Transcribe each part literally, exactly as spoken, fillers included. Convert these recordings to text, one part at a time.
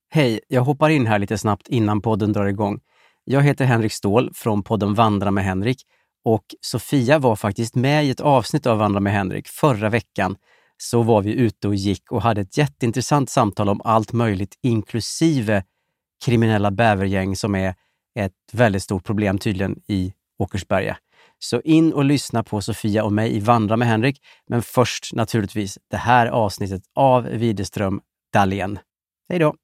Hej, jag hoppar in här lite snabbt innan podden drar igång. Jag heter Henrik Ståhl från podden Vandra med Henrik och Sofia var faktiskt med i ett avsnitt av Vandra med Henrik förra veckan. Så var vi ute och gick och hade ett jätteintressant samtal om allt möjligt inklusive kriminella bävergäng som är ett väldigt stort problem tydligen i Åkersberga. Så in och lyssna på Sofia och mig i Vandra med Henrik, men först naturligtvis det här avsnittet av Widerström Dahlén. Hej då!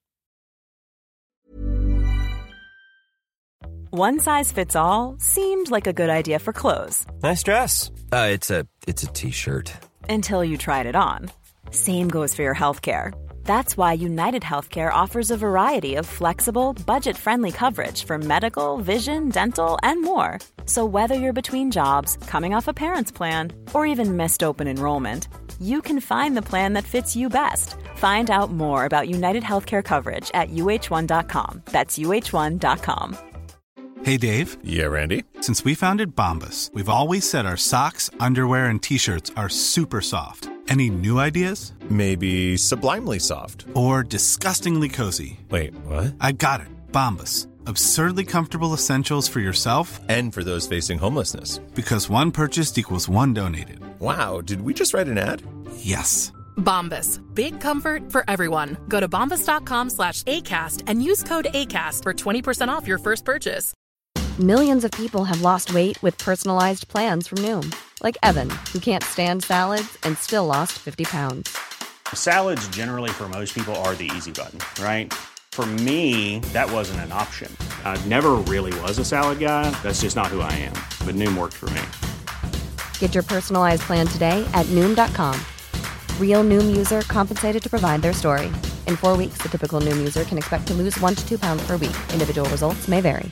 One size fits all seemed like a good idea for clothes. Nice dress. Uh, it's a it's a t-shirt. Until you tried it on. Same goes for your healthcare. That's why United Healthcare offers a variety of flexible, budget-friendly coverage for medical, vision, dental, and more. So whether you're between jobs, coming off a parent's plan, or even missed open enrollment, you can find the plan that fits you best. Find out more about United Healthcare coverage at U H one dot com. That's U H one dot com. Hey, Dave. Yeah, Randy. Since we founded Bombas, we've always said our socks, underwear, and T-shirts are super soft. Any new ideas? Maybe sublimely soft. Or disgustingly cozy. Wait, what? I got it. Bombas. Absurdly comfortable essentials for yourself and for those facing homelessness. Because one purchased equals one donated. Wow, did we just write an ad? Yes. Bombas. Big comfort for everyone. Go to bombas.com slash ACAST and use code ACAST for twenty percent off your first purchase. Millions of people have lost weight with personalized plans from Noom. Like Evan, who can't stand salads and still lost fifty pounds. Salads generally for most people are the easy button, right? For me, that wasn't an option. I never really was a salad guy. That's just not who I am. But Noom worked for me. Get your personalized plan today at Noom dot com. Real Noom user compensated to provide their story. In four weeks, the typical Noom user can expect to lose one to two pounds per week. Individual results may vary.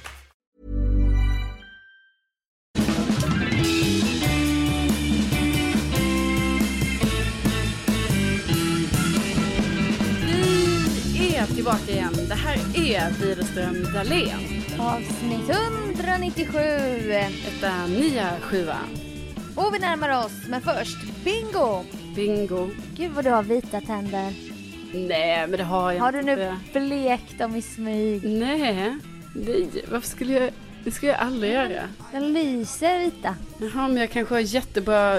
Vi är tillbaka igen. Det här är Widerström Dahlén. Avsnitt etthundranittiosju. Detta nya sjua. Och vi närmar oss, men först bingo. Bingo. Gud vad du har vita tänder. Nej, men det har jag har inte. Har du nu blekt dem i smyg? Nej, nej. Varför skulle jag... Det skulle jag aldrig göra. Den lyser vita. Jaha, men jag kanske har jättebra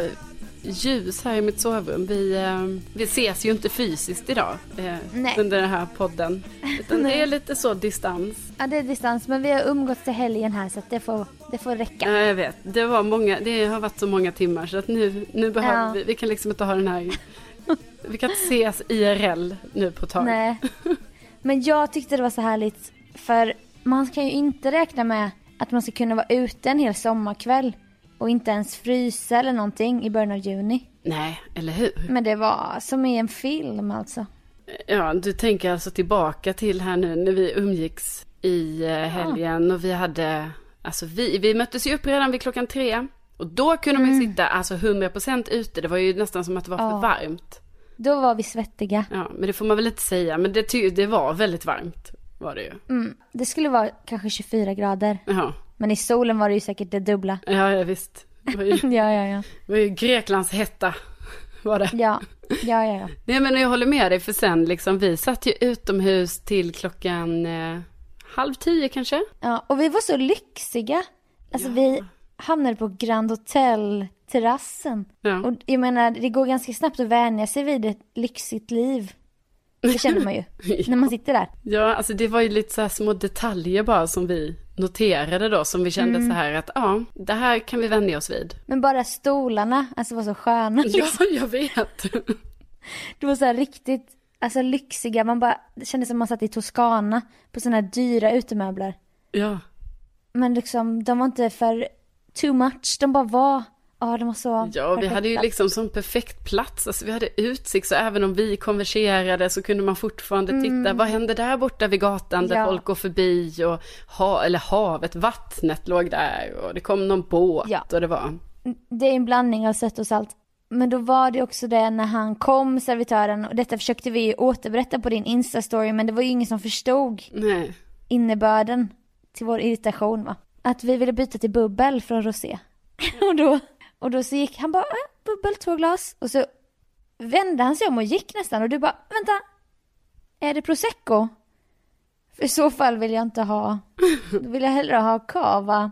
ljus här i mitt sovrum. Vi, eh, vi ses ju inte fysiskt idag eh, under den här podden. Utan det är lite så distans. Ja, det är distans. Men vi har umgåtts till helgen här så att det får, det får räcka. Ja, jag vet. Det, var många, det har varit så många timmar så att nu, nu behöver ja. vi... Vi kan liksom inte ha den här... Vi kan inte ses I R L nu på tag. Nej. Men jag tyckte det var så härligt. För man kan ju inte räkna med att man ska kunna vara ute en hel sommarkväll. Och inte ens frysa eller någonting i början av juni. Nej, eller hur? Men det var som i en film alltså. Ja, du tänker alltså tillbaka till här nu när vi umgicks i helgen. Ja. Och vi hade, alltså vi, vi möttes ju upp redan vid klockan tre. Och då kunde mm. man ju sitta alltså hundra procent ute. Det var ju nästan som att det var för ja. varmt. Då var vi svettiga. Ja, men det får man väl inte säga. Men det, ty- det var väldigt varmt, var det ju. Mm, det skulle vara kanske tjugofyra grader. Jaha. Men i solen var det ju säkert det dubbla. Ja, ja visst. Det var ju, ja, ja, ja. Det var ju Greklands hetta, var det. Ja, ja, ja. ja. Nej, men jag håller med dig, för sen liksom, vi satt ju utomhus till klockan eh, halv tio kanske. Ja, och vi var så lyxiga. Alltså ja. vi hamnade på Grand Hotel-terrassen. Ja. Och jag menar, det går ganska snabbt att vänja sig vid ett lyxigt liv. Det känner man ju ja. när man sitter där. Ja, alltså det var ju lite så här små detaljer bara som vi noterade då. Som vi kände mm. så här att ja, det här kan vi vänja oss vid. Men bara stolarna, alltså var så sköna. Liksom. Ja, jag vet. Det var så här riktigt, alltså lyxiga. Man bara, det kändes som man satt i Toscana på såna här dyra utemöbler. Ja. Men liksom, de var inte för too much. De bara var... Ja, det var så ja, vi hade ju liksom som perfekt plats. Alltså, vi hade utsikt, så även om vi konverserade så kunde man fortfarande mm. titta. Vad hände där borta vid gatan där ja. folk går förbi? Och ha, eller havet, vattnet låg där. Och det kom någon båt ja. och det var... Det är en blandning av sött och salt. Men då var det också det när han kom, servitören. Och detta försökte vi återberätta på din Insta-story. Men det var ju ingen som förstod Nej. innebörden till vår irritation, va? Att vi ville byta till bubbel från rosé. och då... Och då så gick han bara, äh, bubbel, två glas. Och så vände han sig om och gick nästan. Och du bara, vänta, är det prosecco? För i så fall vill jag inte ha, då vill jag hellre ha kava.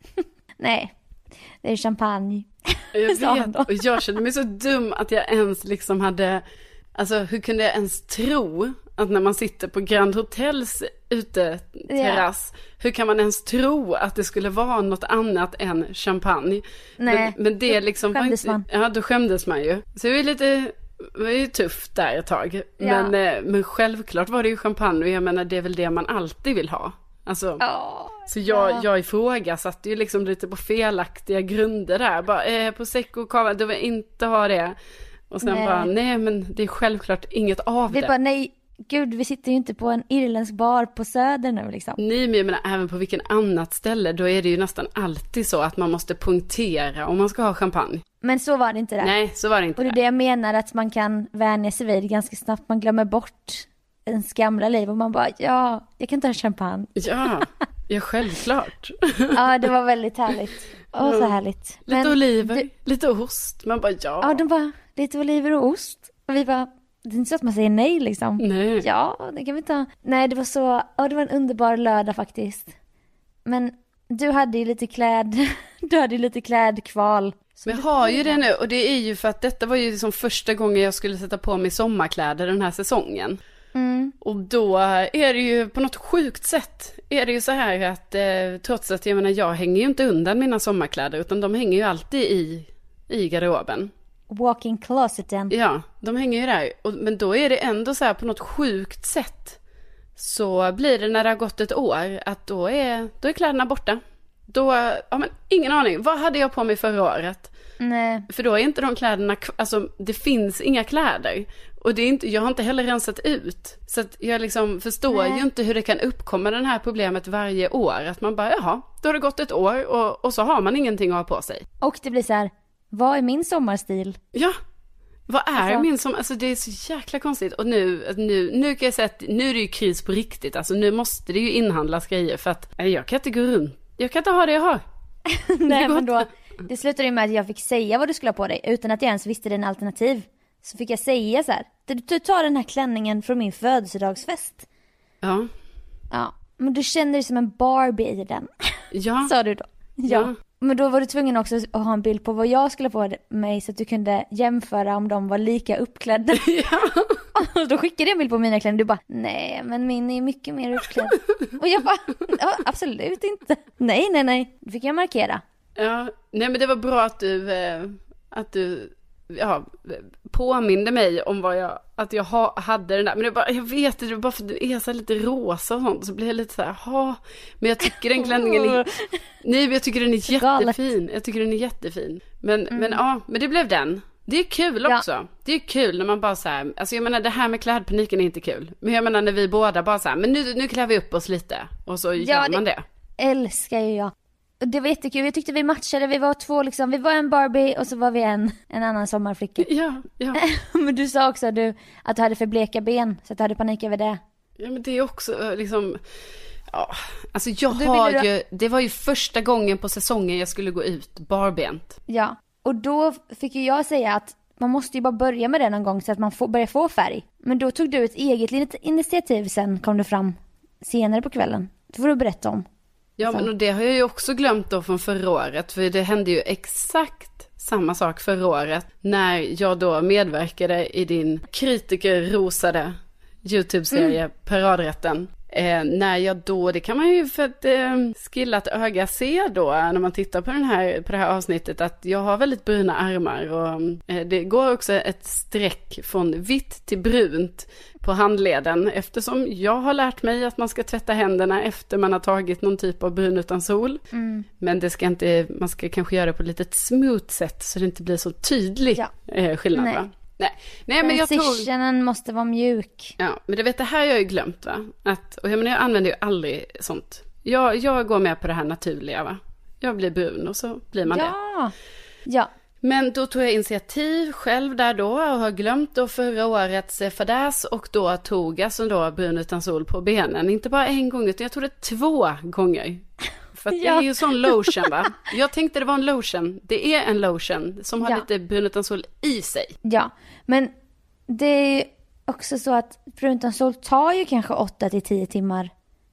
Nej, det är champagne. Jag vet, och jag kände mig så dum att jag ens liksom hade, alltså hur kunde jag ens tro att när man sitter på Grand Hotels uteterrass, ja. Hur kan man ens tro att det skulle vara något annat än champagne? Nej, men, men det liksom skämdes var inte, man. Ja, då skämdes man ju. Så det var lite, det var ju tufft där ett tag. Ja. Men, men självklart var det ju champagne, och jag menar det är väl det man alltid vill ha. Alltså, oh, så jag, ja. jag ifrågasatte ju liksom lite på felaktiga grunder där. Bara, eh, på Prosecco och kava, du vill inte ha det. Och sen nej. bara, nej men det är självklart inget av det. Det bara, nej, gud vi sitter ju inte på en irländsk bar på Söder nu liksom. Nej, men jag menar även på vilken annat ställe, då är det ju nästan alltid så att man måste punktera om man ska ha champagne. Men så var det inte där. Nej, så var det inte. Och det är det jag menar, att man kan vänja sig vid ganska snabbt. Man glömmer bort ens gamla liv och man bara, ja, jag kan ta champagne. Ja, ja självklart. Ja, det var väldigt härligt. Åh, så härligt. Lite men, oliver, det... lite ost. Man bara, ja. Ja, de bara, lite oliver och ost. Och vi bara, det är inte så att man säger nej liksom. Nej. Ja, det kan vi ta. Nej, det var så, ja, det var en underbar lördag faktiskt. Men du hade ju lite kläd, du hade ju lite klädkval. Men jag har ju det nu, och det är ju för att detta var ju liksom första gången jag skulle sätta på mig sommarkläder den här säsongen. Mm. Och då är det ju på något sjukt sätt är det ju så här att eh, trots att jag menar jag hänger ju inte undan mina sommarkläder, utan de hänger ju alltid i, i garderoben. Walk-in closeten. Ja, de hänger ju där. Och, men då är det ändå så här på något sjukt sätt så blir det när det har gått ett år att då är, då är kläderna borta. Då, ja men ingen aning, vad hade jag på mig förra året? Nej. För då är inte de kläderna, alltså det finns inga kläder. Och det är inte, jag har inte heller rensat ut. Så att jag liksom förstår Nej. ju inte hur det kan uppkomma det här problemet varje år. Att man bara, jaha, då har det gått ett år och, och så har man ingenting att ha på sig. Och det blir så här, vad är min sommarstil? Ja, vad är alltså, min sommar? Alltså det är så jäkla konstigt. Och nu, nu, nu kan jag säga att nu är det ju kris på riktigt. Alltså nu måste det ju inhandlas grejer för att jag kan inte gå runt. Jag kan inte ha det jag har. Nej, men då, det slutade ju med att jag fick säga vad du skulle ha på dig utan att jag ens visste din alternativ. Så fick jag säga så här, du tar den här klänningen från min födelsedagsfest. Ja. Ja, men du känner dig som en Barbie i den. Ja. Sa du då. Ja. Ja. Men då var du tvungen också att ha en bild på vad jag skulle på mig så att du kunde jämföra om de var lika uppklädda. Ja. Och då skickade jag en bild på mina kläder och du bara, nej men min är mycket mer uppklädd. Och jag bara, ja, absolut inte. Nej, nej, nej. Då fick jag markera. Ja, nej men det var bra att du, eh, att du ja, påminde mig om vad jag, att jag ha, hade den där. Men det bara, jag vet det, det var bara för att den är så lite rosa och sånt. Så blir jag lite så här, ha. Men jag tycker den klänningen är, nej men jag tycker den är jättefin. Jag tycker den är jättefin. Men, mm. men ja, men det blev den. Det är kul också. Ja. Det är kul när man bara så här, alltså jag menar det här med klädpaniken är inte kul. Men jag menar när vi båda bara så här, men nu, nu klär vi upp oss lite. Och så ja, gör man det. det. Älskar ju jag. Och det var jättekul. Jag tyckte vi matchade. Vi var två liksom. Vi var en Barbie och så var vi en, en annan sommarflicka. Ja, ja. Men du sa också du, att du hade för bleka ben. Så att du hade panik över det. Ja, men det är också liksom... Ja, alltså jag har du... ju... Det var ju första gången på säsongen jag skulle gå ut barbent. Ja, och då fick ju jag säga att man måste ju bara börja med det någon gång så att man får, börjar få färg. Men då tog du ett eget litet initiativ sen, kom du fram senare på kvällen. Det får du berätta om. Ja, men och det har jag ju också glömt då från förra året. För det hände ju exakt samma sak förra året. När jag då medverkade i din kritikerrosade YouTube-serie mm. Paradrätten. Eh, när jag då, det kan man ju för ett eh, skillat öga se då när man tittar på, den här, på det här avsnittet att jag har väldigt bruna armar och eh, det går också ett streck från vitt till brunt på handleden eftersom jag har lärt mig att man ska tvätta händerna efter man har tagit någon typ av brun utan sol. Mm. Men det ska inte, man ska kanske göra det på ett litet smooth sätt så det inte blir så tydlig ja. eh, skillnad. Nej. Va? Nej, Nej men jag tror... Transitionen måste vara mjuk. Ja, men det vet det här har jag ju glömt va. Att, och jag, menar, jag använder ju aldrig sånt. Jag, jag går med på det här naturliga va. Jag blir brun och så blir man ja. det. Ja. Men då tog jag initiativ själv där då och har glömt då förra årets fadäs och då tog jag som då brun utan sol på benen. Inte bara en gång utan jag tog det två gånger. För att ja. det är ju sån lotion va. Jag tänkte det var en lotion. Det är en lotion som har ja. lite brun utan sol i sig. Ja, men det är ju också så att brun utan sol tar ju kanske åtta till tio timmar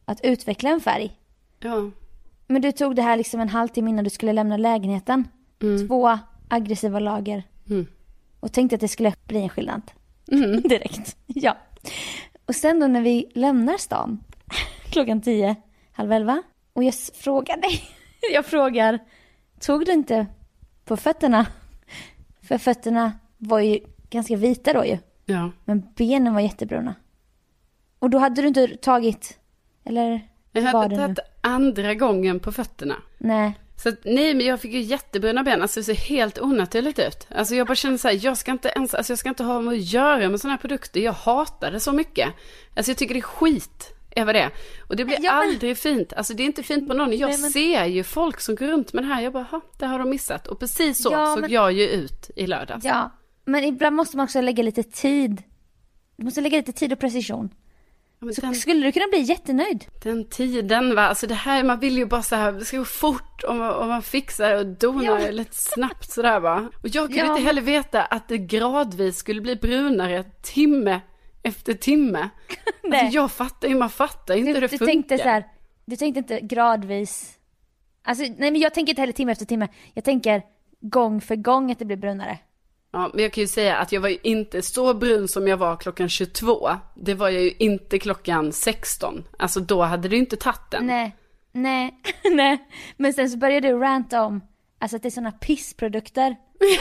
att utveckla en färg. Ja. Men du tog det här liksom en halvtimme innan du skulle lämna lägenheten. Mm. Två aggressiva lager. Mm. Och tänkte att det skulle bli en skillnad. Mm. Direkt. Ja. Och sen då när vi lämnar stan klockan tio, halv elva. Och jag frågar dig. Jag frågar, tog du inte på fötterna? För fötterna var ju ganska vita då ju. Ja. Men benen var jättebruna. Och då hade du inte tagit, eller jag hade tagit andra gången på fötterna. Nej. Så att, nej, men jag fick ju jättebruna ben. Alltså det ser helt onaturligt ut. Alltså jag bara kände så här, jag ska inte ens, alltså jag ska inte ha med att göra med såna här produkter. Jag hatar det så mycket. Alltså jag tycker det är skit. Eva det. Och det blir ja, men... aldrig fint. Alltså det är inte fint på någon. Jag nej, men... ser ju folk som går runt med det här. Jag bara, ha, det har de missat. Och precis så ja, såg men... jag ju ut i lördags. Ja, men ibland måste man också lägga lite tid. Du måste lägga lite tid och precision. Ja, så den... skulle du kunna bli jättenöjd. Den tiden va, alltså det här, man vill ju bara så här, det ska gå fort om man, om man fixar och donar ja. lite snabbt sådär va. Och jag kunde ja, inte heller veta att det gradvis skulle bli brunare timme efter timme. Nej. Alltså jag fattar ju, man fattar inte hur det du funkar. Tänkte så här, du tänkte inte gradvis. Alltså nej, men jag tänker inte heller timme efter timme. Jag tänker gång för gång att det blir brunare. Ja, men jag kan ju säga att jag var ju inte så brun som jag var klockan tjugotvå. Det var jag ju inte klockan sexton. Alltså då hade du inte tagit den. Nej, nej, nej. Men sen så började du ranta om alltså att det är såna pissprodukter.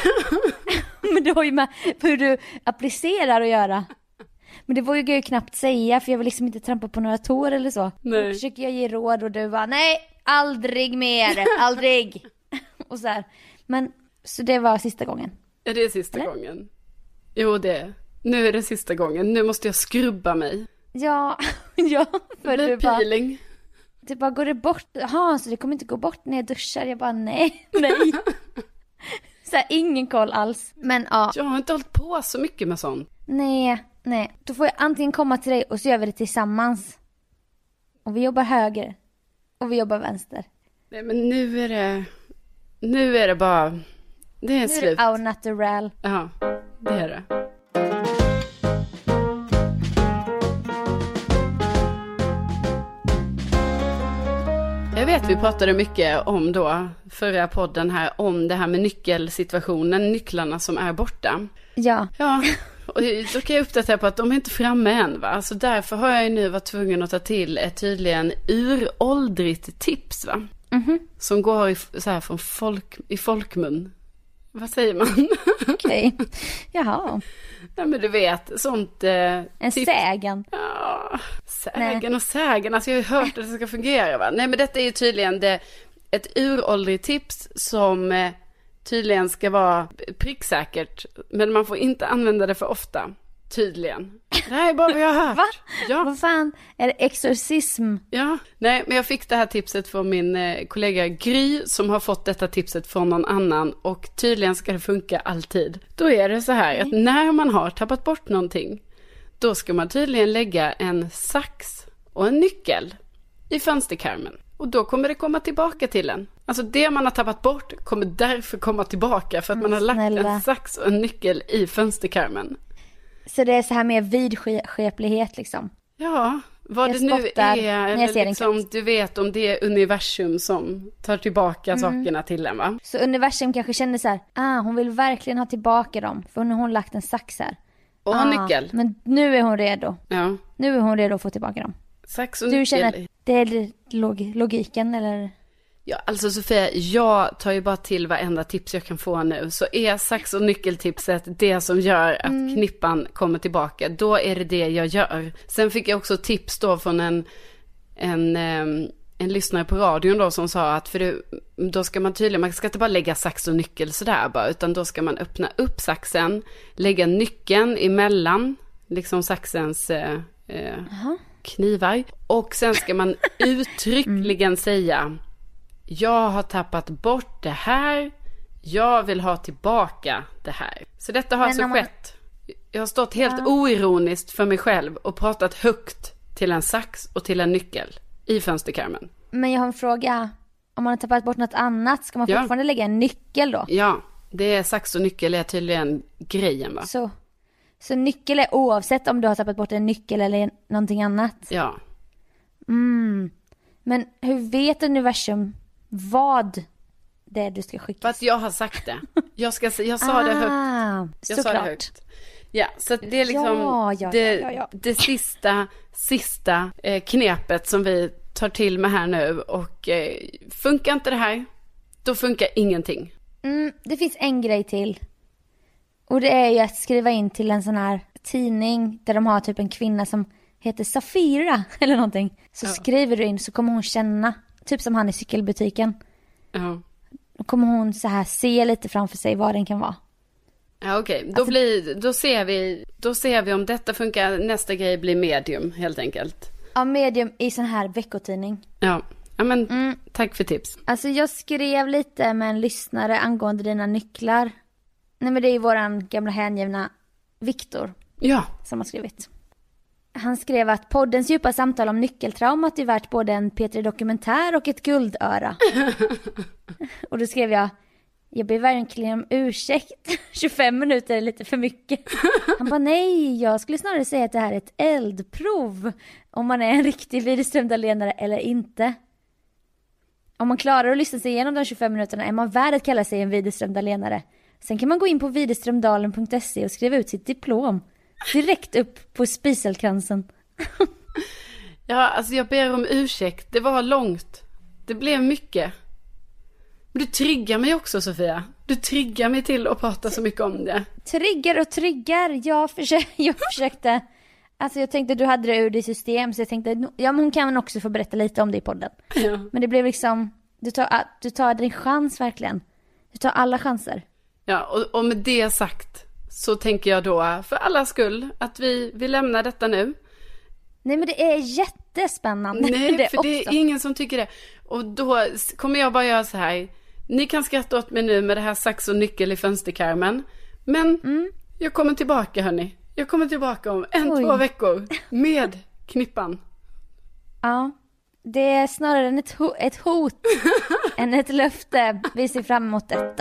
Men det har ju med hur du applicerar att göra. Men det vågar jag ju knappt säga för jag vill liksom inte trampa på några tår eller så. Nej. Då försöker jag ge råd och du bara nej, aldrig mer, aldrig. Och så här. Men så det var sista gången. Ja, det är sista eller? gången. Jo, det är. Nu är det sista gången. Nu måste jag skrubba mig. Ja, ja. För det du peeling. Bara, du bara, går det bort? Jaha, så det kommer inte gå bort när jag duschar? Jag bara, nej, nej. Så här, ingen koll alls. Men ja. Jag har inte hållit på så mycket med sånt. Nej, nej. Då får jag antingen komma till dig och så gör vi det tillsammans. Och vi jobbar höger. Och vi jobbar vänster. Nej, men nu är det... Nu är det bara... Det är nu slut. Nu är det au natural. Ja, det är det. Jag vet, vi pratade mycket om då förra podden här om det här med nyckelsituationen, nycklarna som är borta. Ja. Ja, och då kan jag uppdatera på att de är inte framme än va. Så därför har jag ju nu varit tvungen att ta till ett tydligen uråldrigt tips va. Mm-hmm. Som går i, så här från folk, i folkmun. Vad säger man? Okej, okay. Jaha. Nej men du vet, sånt... Eh, en tips. sägen. Ja, sägen Nej. och sägen. Alltså jag har ju hört att det ska fungera va. Nej men detta är ju tydligen det, ett uråldrigt tips som eh, tydligen ska vara pricksäkert. Men man får inte använda det för ofta. Tydligen. Det här är bara vad jag har hört. Va? Ja. Vad fan? Är det exorcism? Ja. Nej, men jag fick det här tipset från min eh, kollega Gry som har fått detta tipset från någon annan och tydligen ska det funka alltid. Då är det så här Nej. att när man har tappat bort någonting då ska man tydligen lägga en sax och en nyckel i fönsterkarmen. Och då kommer det komma tillbaka till en. Alltså det man har tappat bort kommer därför komma tillbaka för att mm, man har lagt snälla. en sax och en nyckel i fönsterkarmen. Så det är så här med vidskeplighet liksom. Ja, vad jag det nu är. Eller liksom, du vet om det är universum som tar tillbaka mm. sakerna till en va? Så universum kanske känner så här, ah, hon vill verkligen ha tillbaka dem. För nu har hon lagt en sax här. Och ah, nyckel. Men nu är hon redo. Ja. Nu är hon redo att få tillbaka dem. Sax och du nyckel. Känner att det är log- logiken eller... Ja, alltså Sofia, jag tar ju bara till varenda tips jag kan få nu. Så är sax- och nyckeltipset det som gör att mm. knippan kommer tillbaka, då är det det jag gör. Sen fick jag också tips då från en, en, en, en lyssnare på radion då som sa att för det, då ska man tydligen, man ska inte bara lägga sax och nyckel sådär bara, utan då ska man öppna upp saxen, lägga nyckeln emellan, liksom saxens eh, eh, knivar. Och sen ska man uttryckligen mm. säga... Jag har tappat bort det här. Jag vill ha tillbaka det här. Så detta har Men alltså man... skett. Jag har stått helt ja. oironiskt för mig själv och pratat högt till en sax och till en nyckel i fönsterkarmen. Men jag har en fråga. Om man har tappat bort något annat, ska man ja. fortfarande lägga en nyckel då? Ja, det är sax och nyckel är tydligen grejen va? Så, så nyckel är oavsett om du har tappat bort en nyckel eller någonting annat? Ja. Mm. Men hur vet universum vad det är du ska skicka? För att jag har sagt det. Jag, ska, jag sa ah, det högt. Jag sa det högt. Ja, så det är liksom ja, ja, det, ja, ja. det sista, sista eh, knepet som vi tar till med här nu. Och eh, funkar inte det här, då funkar ingenting. Mm, det finns en grej till. Och det är ju att skriva in till en sån här tidning där de har typ en kvinna som heter Safira eller någonting. Så ja. Skriver du in så kommer hon känna, typ som han i cykelbutiken. Ja. Då kommer hon så här se lite framför sig vad den kan vara. Ja, okej. Okay. Då, alltså, blir, då, ser vi, då ser vi om detta funkar. Nästa grej blir medium helt enkelt. Ja, medium i sån här veckotidning. Ja, ja men mm. tack för tips. Alltså jag skrev lite med en lyssnare angående dina nycklar. Nej, men det är våran gamla hängivna Viktor. Ja. Som har skrivit. Han skrev att poddens djupa samtal om nyckeltraumat är värt både en P tre dokumentär och ett guldöra. Och då skrev jag, jag ber verkligen om ursäkt. tjugofem minuter är lite för mycket. Han bara, nej, jag skulle snarare säga att det här är ett eldprov. Om man är en riktig Widerström-Dahlénare eller inte. Om man klarar att lyssna sig igenom de tjugofem minuterna är man värd att kalla sig en Widerström-Dahlénare. Sen kan man gå in på widerströmdalen punkt se och skriva ut sitt diplom. Direkt upp på spiselkransen. Ja, alltså jag ber om ursäkt. Det var långt. Det blev mycket. Men du triggar mig också, Sofia. Du triggar mig till att prata så mycket om det. Triggar och triggar. Jag, försökte, jag försökte. Alltså jag tänkte att du hade det ur ditt system. Så jag tänkte, ja men hon kan också få berätta lite om det i podden. Ja. Men det blev liksom, du tar, du tar din chans verkligen. Du tar alla chanser. Ja, och, och med det sagt så tänker jag då för alla skull att vi, vi lämnar detta nu. Nej, men det är jättespännande. Nej, det för också. Det är ingen som tycker det. Och då kommer jag bara göra så här. Ni kan skratta åt mig nu med det här sax och nyckel i fönsterkarmen. Men mm. jag kommer tillbaka, hörni. Jag kommer tillbaka om en, Oj. två veckor med knippan. Ja, det är snarare ett, ho- ett hot än ett löfte. Vi ser fram emot detta.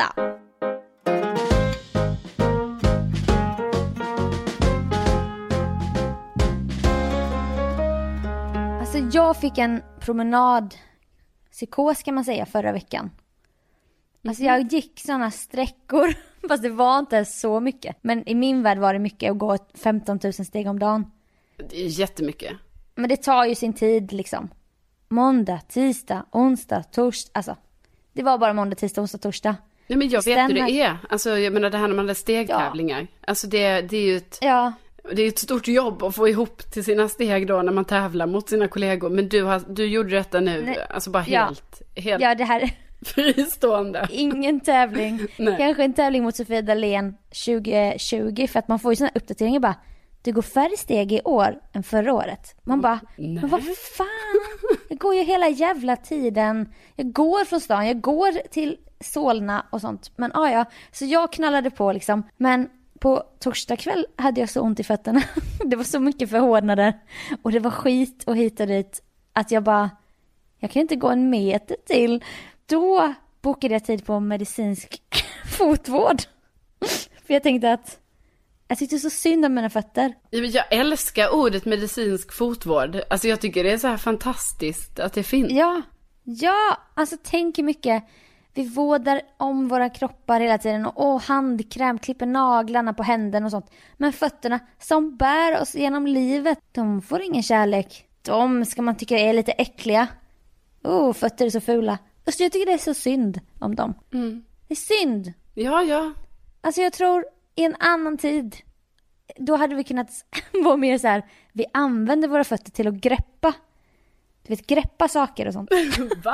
Alltså jag fick en promenad psykos kan man säga förra veckan. Alltså jag gick såna sträckor, fast det var inte så mycket. Men i min värld var det mycket att gå femton tusen steg om dagen. Det är jättemycket. Men det tar ju sin tid liksom. Måndag, tisdag, onsdag, torsdag. Alltså, det var bara måndag, tisdag, onsdag, torsdag. Nej, men jag vet hur det är. Alltså jag menar det här när man hade stegtävlingar. Ja. Alltså det, det är ju ett... Ja. Det är ett stort jobb att få ihop till sina steg då när man tävlar mot sina kollegor. Men du, har, du gjorde detta nu, Nej. alltså bara helt, ja. helt ja, det här... fristående. Ingen tävling. Kanske en tävling mot Sofia Dalén tjugo tjugo för att man får ju såna uppdateringar bara, det går färre steg i år än förra året. Man bara, Nej. men vad fan? Jag går ju hela jävla tiden. Jag går från stan, jag går till Solna och sånt. Men ja, ja. Så jag knallade på liksom. Men på torsdag kväll hade jag så ont i fötterna. Det var så mycket förhårdnader. Och det var skit och hit och dit. Att jag bara, jag kan inte gå en meter till. Då bokade jag tid på medicinsk fotvård. För jag tänkte att jag tyckte så synd om mina fötter. Jag älskar ordet medicinsk fotvård. Alltså jag tycker det är så här fantastiskt att det finns. Ja, ja. Alltså tänk mycket. Vi vårdar om våra kroppar hela tiden. Och åh, handkräm, klipper naglarna på händerna och sånt. Men fötterna som bär oss genom livet, de får ingen kärlek. De ska man tycka är lite äckliga. Åh, oh, fötter är så fula. Så jag tycker det är så synd om dem. Mm. Det är synd. Ja, ja. Alltså jag tror i en annan tid, då hade vi kunnat vara mer så här, vi använder våra fötter till att greppa. Du vet, greppa saker och sånt. Va?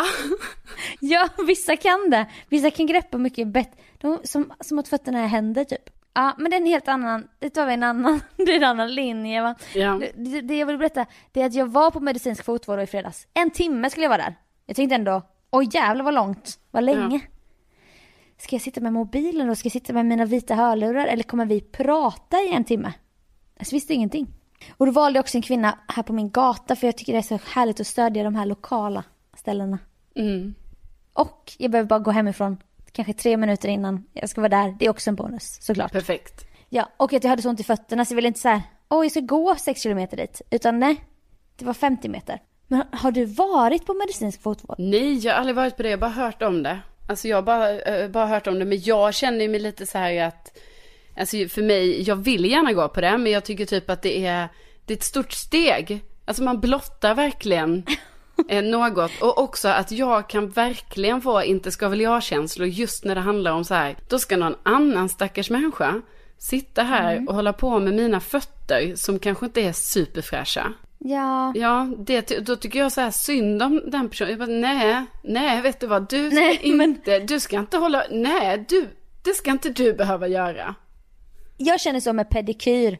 Ja, vissa kan det. Vissa kan greppa mycket bättre. De, som, som att fötterna är händer typ. Ja, men det är en helt annan, det tar vi en annan, det är en annan linje va? Ja. Det, det jag vill berätta, det är att jag var på medicinsk fotvård i fredags. En timme skulle jag vara där. Jag tänkte ändå, oj jävlar vad långt, vad länge. Ja. Ska jag sitta med mobilen och ska jag sitta med mina vita hörlurar eller kommer vi prata i en timme? Jag visste ingenting. Och då valde jag också en kvinna här på min gata för jag tycker det är så härligt att stödja de här lokala ställena. Mm. Och jag behöver bara gå hemifrån kanske tre minuter innan jag ska vara där. Det är också en bonus, såklart. Perfekt. Ja, och att jag hade så ont i fötterna så jag ville inte så här, åh jag ska gå sex kilometer dit. Utan nej, det var femtio meter. Men har du varit på medicinsk fotvård? Nej, jag har aldrig varit på det. Jag har bara hört om det. Alltså jag har bara, äh, bara hört om det. Men jag känner mig lite så här att... Alltså för mig, jag vill gärna gå på det. Men jag tycker typ att det är, det är ett stort steg. Alltså man blottar verkligen eh, något. Och också att jag kan verkligen få inte ska väl jag-känslor just när det handlar om så här. Då ska någon annan stackars människa sitta här mm. och hålla på med mina fötter som kanske inte är superfräscha. Ja. Ja, det, då tycker jag så här synd om den personen. Jag bara, nej, nej, vet du vad? Du ska nej, inte, men... du ska inte hålla, nej, du, det ska inte du behöva göra. Jag känner så med pedikyr.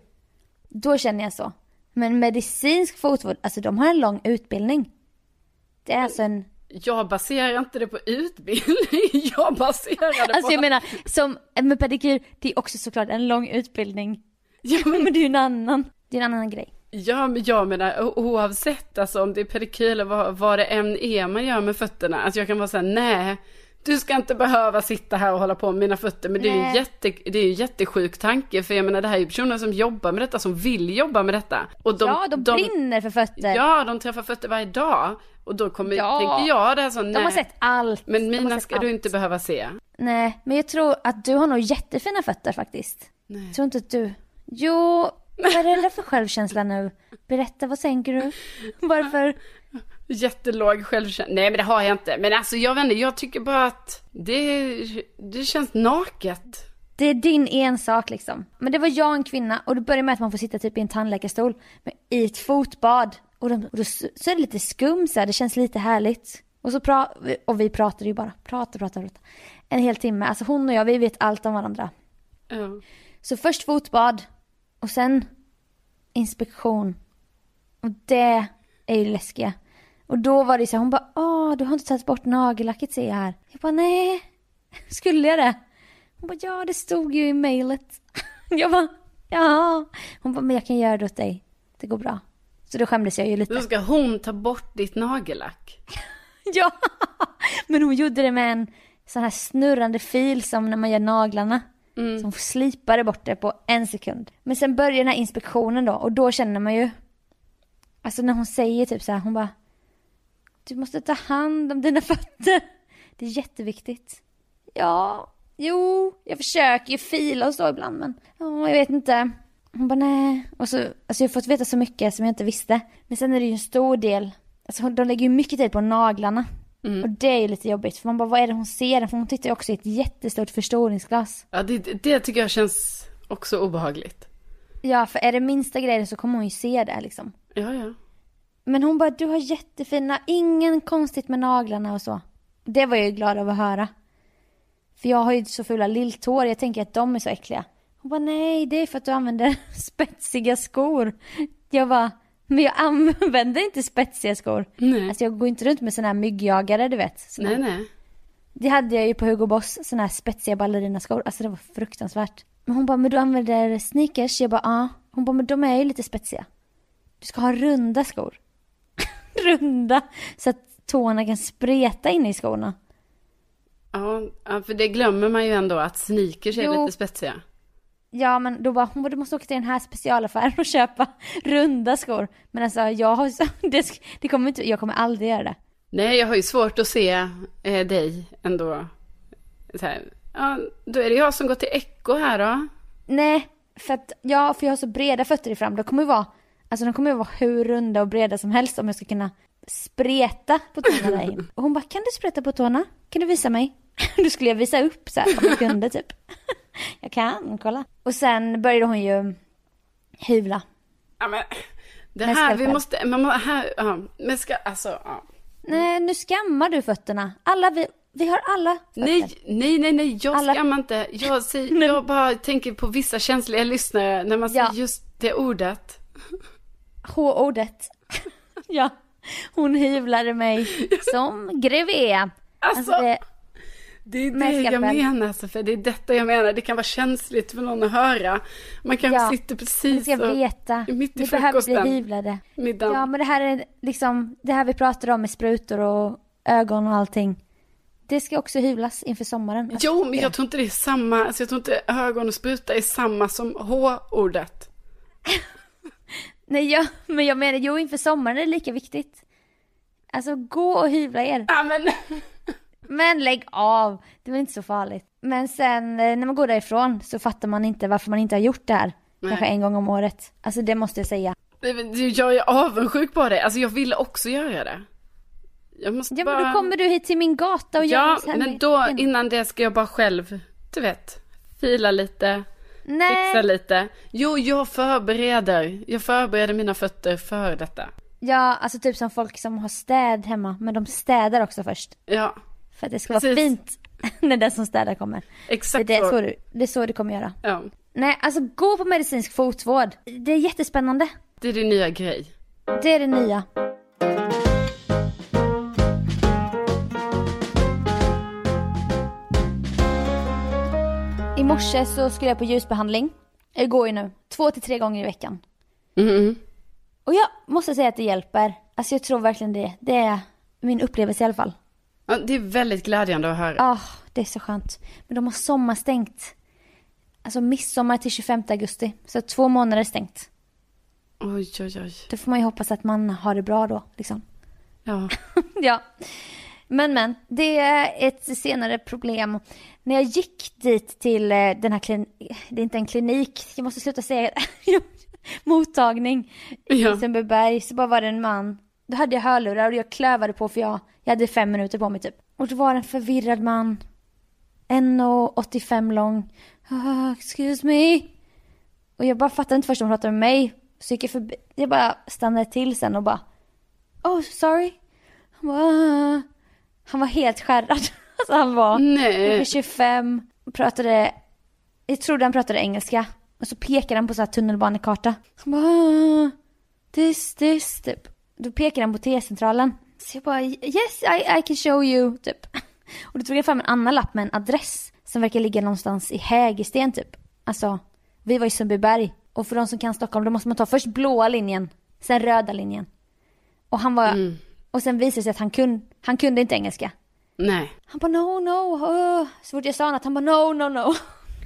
Då känner jag så. Men medicinsk fotvård, alltså de har en lång utbildning. Det är alltså en... Jag baserar inte det på utbildning. Jag baserar det på... Alltså jag menar, som med pedikyr, det är också såklart en lång utbildning. Ja, men, men det är ju en annan, det är en annan grej. Ja, men jag menar, oavsett alltså, om det är pedikyr eller vad, vad det än är man gör med fötterna. Alltså jag kan vara säga, nej, du ska inte behöva sitta här och hålla på med mina fötter. Men det är, ju jätte, det är ju jättesjuk tanke. För jag menar, det här är ju personer som jobbar med detta, som vill jobba med detta. Och de, ja, de, de brinner för fötter. Ja, de träffar fötter varje dag. Och då kommer, ja, tänker jag det så, nej. De har sett allt. Men mina ska allt. Du inte behöva se. Nej, men jag tror att du har nog jättefina fötter faktiskt. Nej. Jag tror inte att du... Jo... Vad är det där för självkänsla nu? Berätta, vad tänker du? Varför? Jättelåg självkänsla. Nej, men det har jag inte. Men alltså, jag vet inte, jag tycker bara att det, det känns naket. Det är din ensak liksom. Men det var jag och en kvinna. Och det börjar med att man får sitta typ i en tandläkarstol. Men i ett fotbad. Och, de, och då, så är det lite skum så här. Det känns lite härligt. Och, så pra- och vi pratade ju bara. Prata, prata, prata. En hel timme. Alltså hon och jag, vi vet allt om varandra. Mm. Så först fotbad. Och sen inspektion. Och det är ju läskiga. Och då var det så här, hon bara, åh, du har inte tagit bort nagellacket, ser jag här. Jag bara, nej, skulle jag det? Hon bara, ja, det stod ju i mejlet. Jag bara, ja. Hon bara, men jag kan göra det åt dig. Det går bra. Så då skämdes jag ju lite. Då ska hon ta bort ditt nagellack. Ja, men hon gjorde det med en sån här snurrande fil som när man gör naglarna. Mm. Som slipade bort det på en sekund. Men sen börjar den här inspektionen då. Och då känner man ju, alltså när hon säger typ så här, hon bara, du måste ta hand om dina fötter. Det är jätteviktigt. Ja, jo, jag försöker ju fila och så ibland, men ja, jag vet inte. Hon bara, nej. Och så, alltså jag har fått veta så mycket som jag inte visste. Men sen är det ju en stor del, alltså de lägger ju mycket tid på naglarna. Mm. Och det är ju lite jobbigt. För man bara, vad är det hon ser? För hon tittar ju också i ett jättestort förstoringsglas. Ja, det, det tycker jag känns också obehagligt. Ja, för är det minsta grejer så kommer hon ju se det liksom. Ja, ja. Men hon bara, du har jättefina, ingen konstigt med naglarna och så. Det var jag ju glad av att höra. För jag har ju så fula lilltår, jag tänker att de är så äckliga. Hon bara, nej, det är för att du använder spetsiga skor. Jag bara, men jag använder inte spetsiga skor. Nej. Alltså jag går inte runt med såna här myggjagare, du vet. Såna. Nej, nej. Det hade jag ju på Hugo Boss, såna här spetsiga ballerinaskor. Alltså det var fruktansvärt. Men hon bara, men du använder sneakers? Jag bara, ja. Hon bara, men de är ju lite spetsiga. Du ska ha runda skor. Runda. Så att tårna kan spreta in i skorna. Ja, för det glömmer man ju ändå att sneakers är jo. lite spetsiga. Ja, men då bara, hon bara, du måste åka till den här specialaffären och köpa runda skor. Men alltså, jag har det, det kommer inte, jag kommer aldrig göra det. Nej, jag har ju svårt att se eh, dig ändå. Så här, ja, då är det jag som går till Echo här då. Nej, för att ja, för jag har så breda fötter i fram. Då kommer ju vara, alltså de kommer ju vara hur runda och breda som helst om jag ska kunna spreta på tårna där in. Och hon bara, kan du spreta på tårna? Kan du visa mig? Då skulle jag visa upp så här om jag kunde typ. Jag kan, kolla. Och sen började hon ju hyvla. Ja, men det här, vi måste, man må, här, ja, men ska, alltså, ja. Nej, nu skammar du fötterna. Alla, vi, vi har alla fötter. Nej, nej, nej, nej, jag alla... skammar inte. Jag, säger, jag bara tänker på vissa känsliga lyssnare när man säger ja. just det ordet. H-ordet. Ja, hon hyvlade mig som grevé. Alltså, alltså det... Det är det jag menar, alltså, för det är detta jag menar. Det kan vara känsligt för någon att höra. Man kanske ja, sitter precis jag veta. Och mitt i ni frukosten. Behöver bli hyvlade. Middagen. Ja, men det här är liksom, det här vi pratar om med sprutor och ögon och allting. Det ska också hyvlas inför sommaren. Alltså, jo, men jag tror inte det är samma. Alltså, jag tror inte ögon och spruta är samma som H-ordet. Nej, ja, men jag menar, jo, inför sommaren är det lika viktigt. Alltså gå och hyvla er. Ja, men... men lägg av, det var inte så farligt. Men sen när man går därifrån så fattar man inte varför man inte har gjort det här. Nej. Kanske en gång om året. Alltså det måste jag säga. Jag är avundsjuk på det. Alltså jag ville också göra det. Jag måste ja bara... men då kommer du hit till min gata och ja, gör men då innan det ska jag bara själv, du vet, fila lite. Nej. Fixa lite. Jo, jag förbereder. Jag förbereder mina fötter för detta. Ja, alltså typ som folk som har städ hemma. Men de städar också först. Ja. För att det ska Precis. vara fint när den som städar kommer. Exakt det är så. så du, det är så du kommer göra. Ja. Nej, alltså gå på medicinsk fotvård. Det är jättespännande. Det är din nya grej. Det är det nya. I morse så skulle jag på ljusbehandling. Jag går ju nu två till tre gånger i veckan. Mm. Och jag måste säga att det hjälper. Alltså jag tror verkligen det. Det är min upplevelse i alla fall. Ja, det är väldigt glädjande att höra. Ja, oh, det är så skönt. Men de har sommarstängt. Alltså midsommar till tjugofemte augusti. Så två månader stängt. Oj, oj, oj. Då får man ju hoppas att man har det bra då, liksom. Ja. ja. Men, men. Det är ett senare problem. När jag gick dit till den här kliniken. Det är inte en klinik. Jag måste sluta säga mottagning. Ja. I Sundbyberg. Så bara var det en man. Då hade jag hörlurar och jag klövade på för jag, jag hade fem minuter på mig typ. Och det var en förvirrad man. en komma åttiofem lång. Oh, excuse me. Och jag bara fattade inte först om hon pratade med mig. Så gick jag förbi. Jag bara stannade till sen och bara. Oh, sorry. Han, bara, han var helt skärrad. Alltså han var Nej. tjugofem. Och pratade. Jag trodde han pratade engelska. Och så pekade han på så här tunnelbanekarta. Han bara. This, this, typ. Då pekade han på T-centralen. Så jag bara, yes, I, I can show you, typ. Och då tog jag fram en annan lapp med en adress som verkar ligga någonstans i Hägersten, typ. Alltså, vi var i Sundbyberg. Och för de som kan Stockholm, då måste man ta först blåa linjen, sen röda linjen. Och han var, mm. och sen visade det sig att han kunde, han kunde inte engelska. Nej. Han bara, no, no. Uh. Så fort jag sa något, han bara, no, no, no.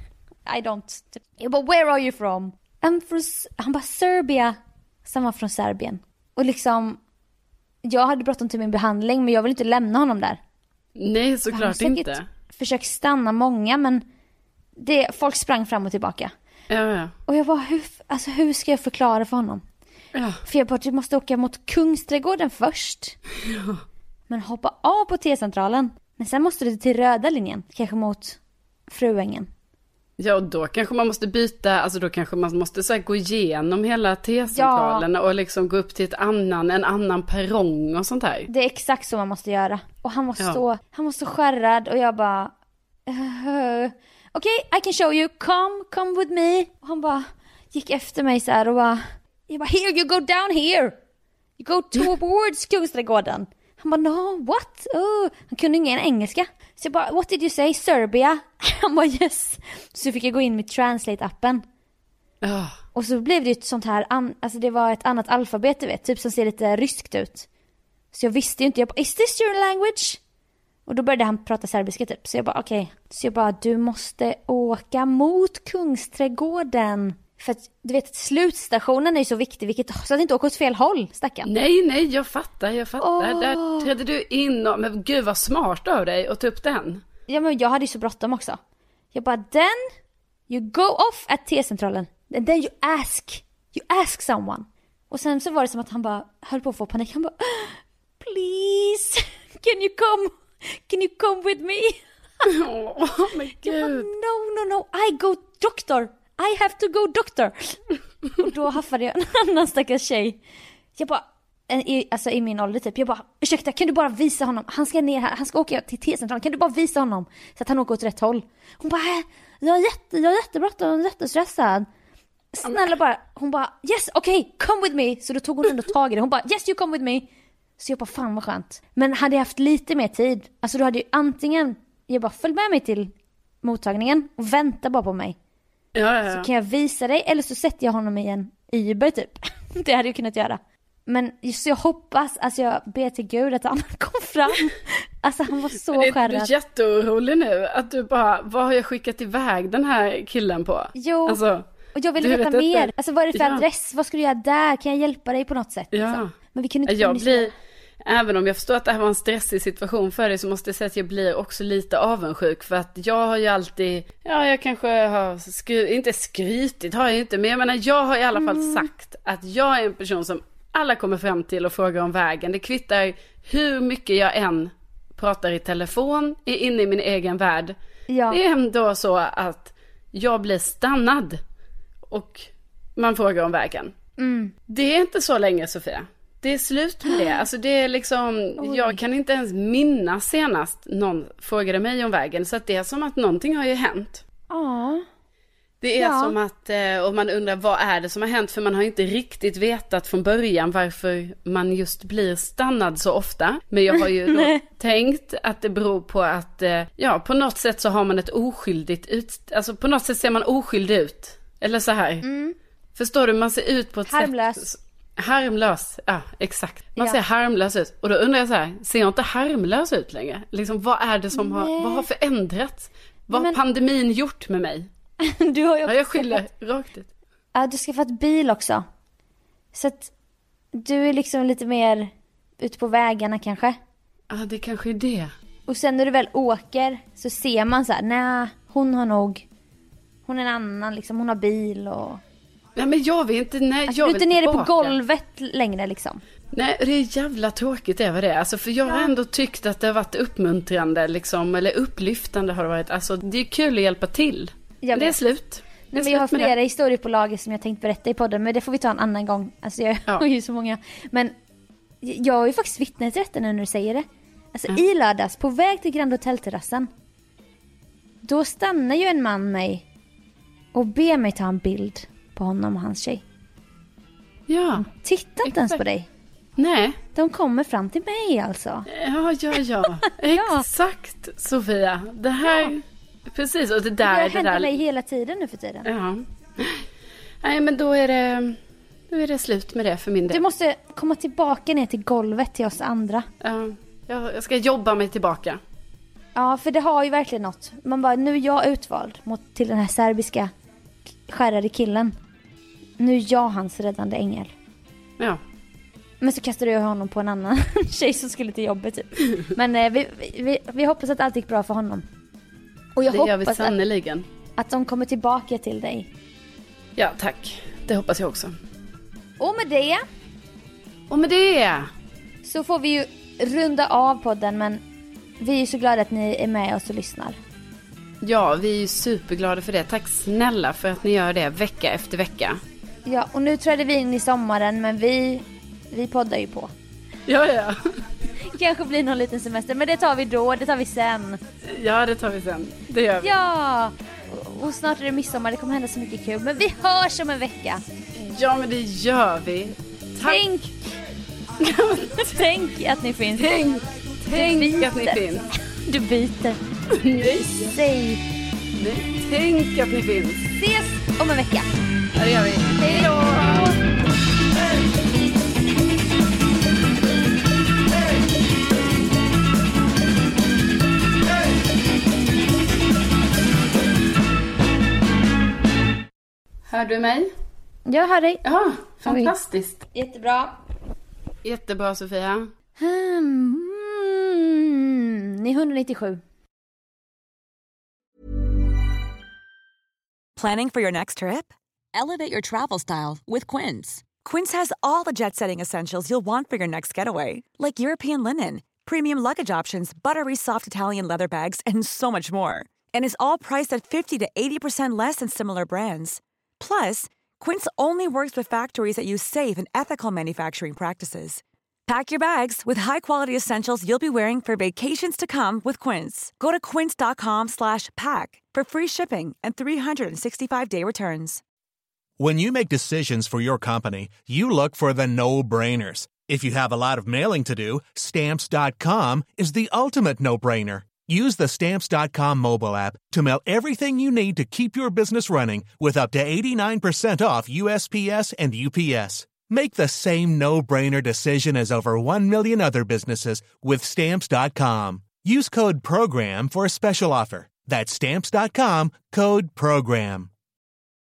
I don't. Jag bara, where are you from? I'm from, han bara, Serbia. Så han var från Serbien. Och liksom, jag hade bråttom till min behandling, men jag vill inte lämna honom där. Nej, såklart inte. Försökt stanna många, men det, folk sprang fram och tillbaka. Ja, ja. Och jag bara, hur, alltså, hur ska jag förklara för honom? Ja. För jag bara, du måste åka mot Kungsträdgården först. Ja. Men hoppa av på T-centralen. Men sen måste du till röda linjen, kanske mot Fruängen. Ja, och då kanske man måste byta, alltså då kanske man måste så här, gå igenom hela T-centralen ja. Och liksom gå upp till ett annan, en annan perrong och sånt här. Det är exakt så man måste göra. Och han var ja. så, han var så skärrad och jag bara, uh, okej, okay, I can show you, come, come with me. Och han bara gick efter mig så här och bara, jag bara, here you go down here. You go towards Kungsträdgården. Han bara, no, what? Oh. Han kunde ingen engelska. Så jag bara, what did you say? Serbia? Han bara, yes. Så fick jag gå in med Translate-appen. Oh. Och så blev det ett sånt här, an- alltså det var ett annat alfabet, du vet. Typ som ser lite ryskt ut. Så jag visste ju inte, jag bara, is this your language? Och då började han prata serbiska typ. Så jag bara, okej. Okay. Så jag bara, du måste åka mot Kungsträdgården. För att, du vet, slutstationen är ju så viktig, vilket, så att det inte åker åt fel håll, stackarn. Nej, nej, jag fattar, jag fattar. Oh. Där trädde du in och, men gud vad smart av dig att ta upp den. Ja, men jag hade ju så bråttom också. Jag bara, then you go off at T-centralen. And then you ask, you ask someone. Och sen så var det som att han bara höll på att få panik. Han bara, please, can you come, can you come with me? Oh my god. Bara, no, no, no, I go doctor. I have to go doctor. Och då haffade jag en annan stackars tjej. Jag bara, i, alltså i min ålder typ. Jag bara, ursäkta, kan du bara visa honom? Han ska ner här, han ska åka till T-centralen. Kan du bara visa honom? Så att han åker åt rätt håll. Hon bara, jag är, jätte, jag är jättebråttom, jag är jättestressad. Snälla bara, hon bara, yes, okej, okay, come with me. Så då tog hon ändå tag i det. Hon bara, yes, you come with me. Så jag bara, fan vad skönt. Men hade jag haft lite mer tid. Alltså då hade ju antingen, jag bara, följ med mig till mottagningen och vänta bara på mig. Ja, ja, ja. Så kan jag visa dig, eller så sätter jag honom i en Uber typ. Det hade jag kunnat göra. Men just jag hoppas, alltså jag ber till Gud att han kom fram. Alltså han var så skärrad. Är du jätteorolig nu? Att du bara, vad har jag skickat iväg den här killen på? Jo, alltså, och jag ville veta mer. Inte. Alltså vad är det för ja. adress? Vad ska du göra där? Kan jag hjälpa dig på något sätt? Ja. Liksom? Men vi kunde inte jag blir, även om jag förstår att det här var en stressig situation för dig, så måste jag säga att jag blir också lite avundsjuk. För att jag har ju alltid, ja jag kanske har skry, inte skrytit har jag inte, men jag menar jag har i alla fall mm. sagt att jag är en person som alla kommer fram till och frågar om vägen. Det kvittar hur mycket jag än pratar i telefon, är inne i min egen värld. Ja. Det är ändå så att jag blir stannad och man frågar om vägen. Mm. Det är inte så länge, Sofia. Det är slut med det. Alltså det är liksom, Oj. jag kan inte ens minnas senast någon frågade mig om vägen. Så att det är som att någonting har ju hänt. Ja. Det är ja. som att, eh, och man undrar vad är det som har hänt, för man har inte riktigt vetat från början varför man just blir stannad så ofta. Men jag har ju då tänkt att det beror på att, eh, ja på något sätt så har man ett oskyldigt ut, alltså på något sätt ser man oskyldig ut. Eller så här. Mm. Förstår du, man ser ut på ett harmlös. sätt. Harmlös. Ja, exakt. Man ja. ser harmlös ut. Och då undrar jag så här, ser jag inte harmlös ut längre? Liksom, vad är det som har, vad har förändrats? Vad har pandemin gjort med mig? Du har ju också ja, jag skyller skaffat... rakt ut. Ja, du ska få ett bil också. Så att du är liksom lite mer ute på vägarna kanske. Ja, det kanske är det. Och sen när du väl åker så ser man så här, nej, hon har nog, hon är en annan liksom, hon har bil och... Nej, men jag vill inte, nej, alltså, jag du är inte nere tillbaka på golvet längre liksom. Nej, det är jävla tråkigt det var det. Alltså, för jag ja. har ändå tyckt att det har varit uppmuntrande liksom, eller upplyftande har det varit. Alltså, det är kul att hjälpa till. Men det är slut. Det är Nej, men jag har flera det. historier på lager som jag tänkt berätta i podden, men det får vi ta en annan gång. Alltså jag ja. har ju så många. Men jag har ju faktiskt vittnat rätt nu när du säger det. Alltså ja. i lördags, på väg till Grand Hotel-terrassen, då stannar ju en man mig och ber mig ta en bild på honom och hans tjej. Ja. Titta inte ens på dig. Nej. De kommer fram till mig alltså. Ja, ja, ja. ja. Exakt, Sofia. Det här... Ja. Precis, och det där... Det det händer där... mig hela tiden nu för tiden. Ja. Nej, men då är det... Då är det slut med det för min del. Du måste komma tillbaka ner till golvet till oss andra. Ja, jag ska jobba mig tillbaka. Ja, för det har ju verkligen något. Man bara, nu är jag utvald mot, till den här serbiska skärrade killen. Nu är jag hans räddande ängel. Ja. Men så kastade jag honom på en annan tjej som skulle till jobbet typ. Men eh, vi, vi, vi hoppas att allt gick bra för honom. Och jag det hoppas gör vi sannoliken. Att, att de kommer tillbaka till dig. Ja, tack. Det hoppas jag också. Och med det... Och med det... Så får vi ju runda av podden, men vi är ju så glada att ni är med oss och lyssnar. Ja, vi är ju superglada för det. Tack snälla för att ni gör det vecka efter vecka. Ja, och nu trädde vi in i sommaren, men vi, vi poddar ju på. Ja, ja. Kanske blir någon liten semester, men det tar vi då, det tar vi sen. Ja, det tar vi sen. Det gör vi. Ja, och snart är det midsommar, det kommer hända så mycket kul. Men vi hörs om en vecka. Ja, men det gör vi. Tack. Tänk Tänk att ni finns. Tänk, tänk att ni finns. Du byter. Nej. Säg. Nej. Tänk att ni finns. Ses om en vecka. Ja, det gör vi. Hej då. Hör du mig? Jag hör dig. Ja, fantastiskt. Oj. Jättebra. Jättebra, Sofia. Hmm. Ni är etthundranittiosju. Planning for your next trip? Elevate your travel style with Quince. Quince has all the jet-setting essentials you'll want for your next getaway, like European linen, premium luggage options, buttery soft Italian leather bags, and so much more. And is all priced at fifty to eighty percent less than similar brands. Plus, Quince only works with factories that use safe and ethical manufacturing practices. Pack your bags with high-quality essentials you'll be wearing for vacations to come with Quince. Go to quince.com slash pack for free shipping and three sixty-five day returns. When you make decisions for your company, you look for the no-brainers. If you have a lot of mailing to do, stamps dot com is the ultimate no-brainer. Use the stamps dot com mobile app to mail everything you need to keep your business running with up to eighty-nine percent off U S P S and U P S. Make the same no-brainer decision as over one million other businesses with stamps dot com. Use code PROGRAM for a special offer. That's stamps dot com, code PROGRAM.